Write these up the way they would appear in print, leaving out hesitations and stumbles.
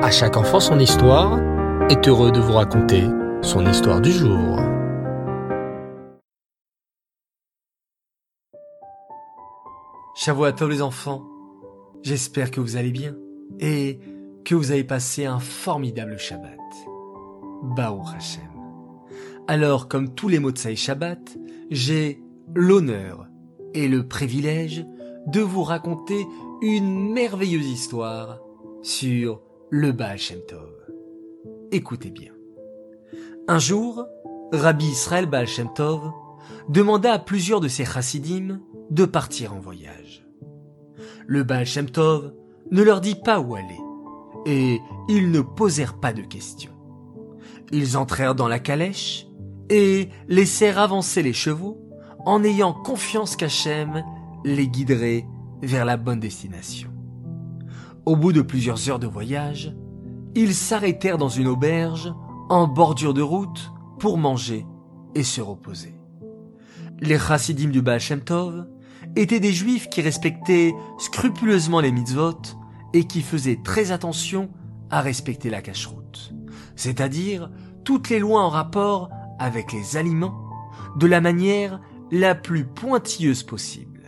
À chaque enfant son histoire est heureux de vous raconter son histoire du jour. Shavua Tov les enfants, j'espère que vous allez bien et que vous avez passé un formidable Shabbat. Baruch Hashem. Alors, comme tous les Motsai Shabbat, j'ai l'honneur et le privilège de vous raconter une merveilleuse histoire sur le Baal Shem Tov. Écoutez bien. Un jour, Rabbi Israël Baal Shem Tov demanda à plusieurs de ses chassidim de partir en voyage. Le Baal Shem Tov ne leur dit pas où aller et ils ne posèrent pas de questions. Ils entrèrent dans la calèche et laissèrent avancer les chevaux en ayant confiance qu'Hachem les guiderait vers la bonne destination. Au bout de plusieurs heures de voyage, ils s'arrêtèrent dans une auberge en bordure de route pour manger et se reposer. Les chassidim du Baal Shem Tov étaient des juifs qui respectaient scrupuleusement les mitzvot et qui faisaient très attention à respecter la cacheroute, c'est-à-dire toutes les lois en rapport avec les aliments de la manière la plus pointilleuse possible.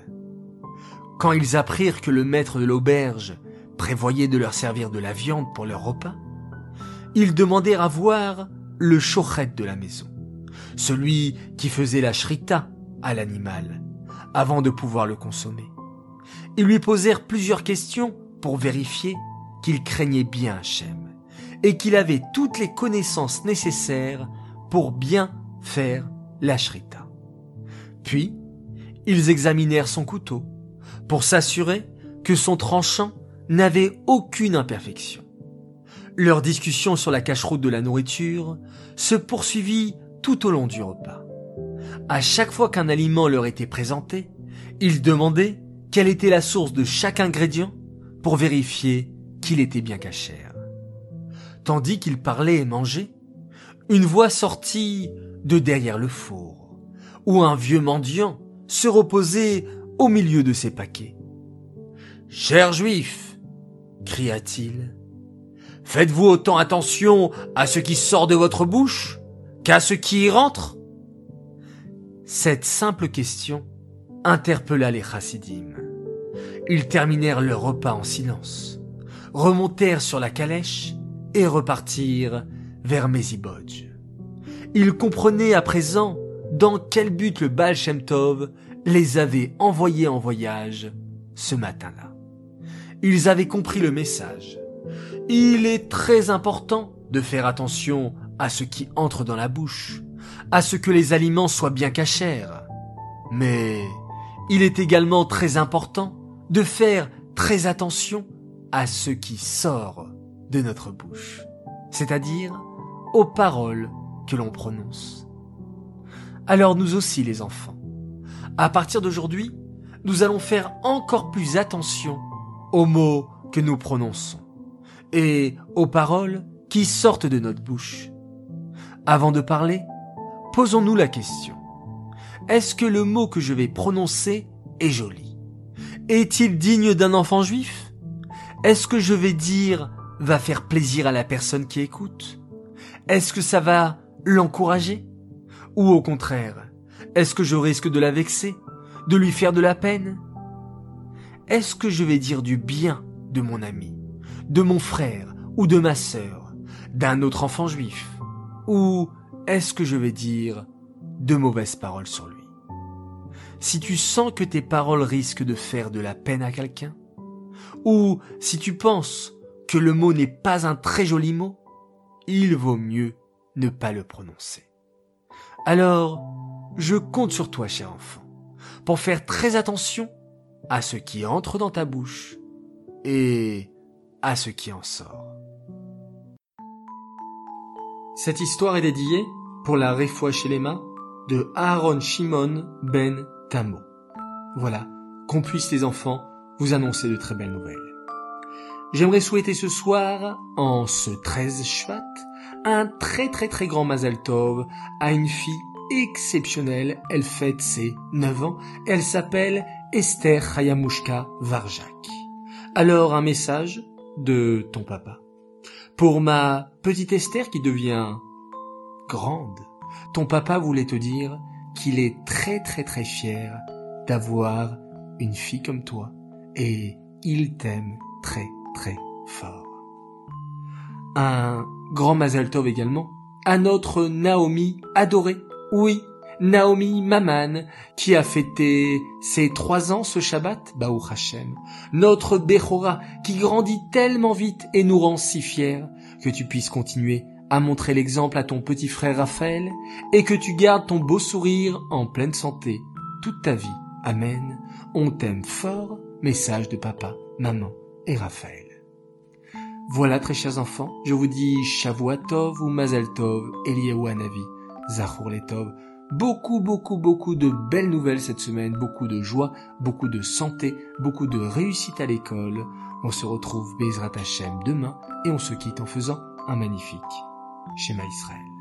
Quand ils apprirent que le maître de l'auberge prévoyait de leur servir de la viande pour leur repas, ils demandèrent à voir le shochet de la maison, celui qui faisait la shrita à l'animal, avant de pouvoir le consommer. Ils lui posèrent plusieurs questions pour vérifier qu'il craignait bien Hachem et qu'il avait toutes les connaissances nécessaires pour bien faire la shrita. Puis, ils examinèrent son couteau pour s'assurer que son tranchant n'avait aucune imperfection. Leur discussion sur la cacheroute de la nourriture se poursuivit tout au long du repas. À chaque fois qu'un aliment leur était présenté, ils demandaient quelle était la source de chaque ingrédient pour vérifier qu'il était bien cachère. Tandis qu'ils parlaient et mangeaient, une voix sortit de derrière le four, où un vieux mendiant se reposait au milieu de ses paquets. « Chers Juifs !» cria-t-il, « faites-vous autant attention à ce qui sort de votre bouche qu'à ce qui y rentre ?» Cette simple question interpella les chassidim. Ils terminèrent leur repas en silence, remontèrent sur la calèche et repartirent vers Mezibodj. Ils comprenaient à présent dans quel but le Baal Shem Tov les avait envoyés en voyage ce matin-là. Ils avaient compris le message. Il est très important de faire attention à ce qui entre dans la bouche, à ce que les aliments soient bien cachers. Mais il est également très important de faire très attention à ce qui sort de notre bouche, c'est-à-dire aux paroles que l'on prononce. Alors nous aussi les enfants, à partir d'aujourd'hui, nous allons faire encore plus attention aux mots que nous prononçons et aux paroles qui sortent de notre bouche. Avant de parler, posons-nous la question. Est-ce que le mot que je vais prononcer est joli? Est-il digne d'un enfant juif? Est-ce que je vais dire va faire plaisir à la personne qui écoute? Est-ce que ça va l'encourager? Ou au contraire, est-ce que je risque de la vexer, de lui faire de la peine? Est-ce que je vais dire du bien de mon ami, de mon frère ou de ma sœur, d'un autre enfant juif? Ou est-ce que je vais dire de mauvaises paroles sur lui? Si tu sens que tes paroles risquent de faire de la peine à quelqu'un, ou si tu penses que le mot n'est pas un très joli mot, il vaut mieux ne pas le prononcer. Alors, je compte sur toi, cher enfant, pour faire très attention à ce qui entre dans ta bouche et à ce qui en sort. Cette histoire est dédiée pour la Refoua Shelema de Aaron Shimon ben Tamo. Voilà, qu'on puisse les enfants vous annoncer de très belles nouvelles. J'aimerais souhaiter ce soir, en ce 13 Shvat, un très grand Mazal Tov à une fille exceptionnelle. Elle fête ses 9 ans. Elle s'appelle Esther Hayamushka Varjak. Alors un message de ton papa Pour ma petite Esther qui devient grande, ton papa voulait te dire qu'il est très très très fier d'avoir une fille comme toi et il t'aime très très fort. Un grand Mazal Tov également à notre Naomi adorée, oui, Naomi Maman, qui a fêté ses 3 ans ce Shabbat, Baruch Hashem. Notre Bechora, qui grandit tellement vite et nous rend si fiers, que tu puisses continuer à montrer l'exemple à ton petit frère Raphaël, et que tu gardes ton beau sourire en pleine santé toute ta vie. Amen. On t'aime fort, message de papa, maman et Raphaël. Voilà très chers enfants, je vous dis Shavua Tov ou Mazal Tov, Eliyahu Hanavi, Zachor Letov. Beaucoup de belles nouvelles cette semaine, beaucoup de joie, beaucoup de santé, beaucoup de réussite à l'école. On se retrouve Bezrat Hashem demain et on se quitte en faisant un magnifique Shema Israël.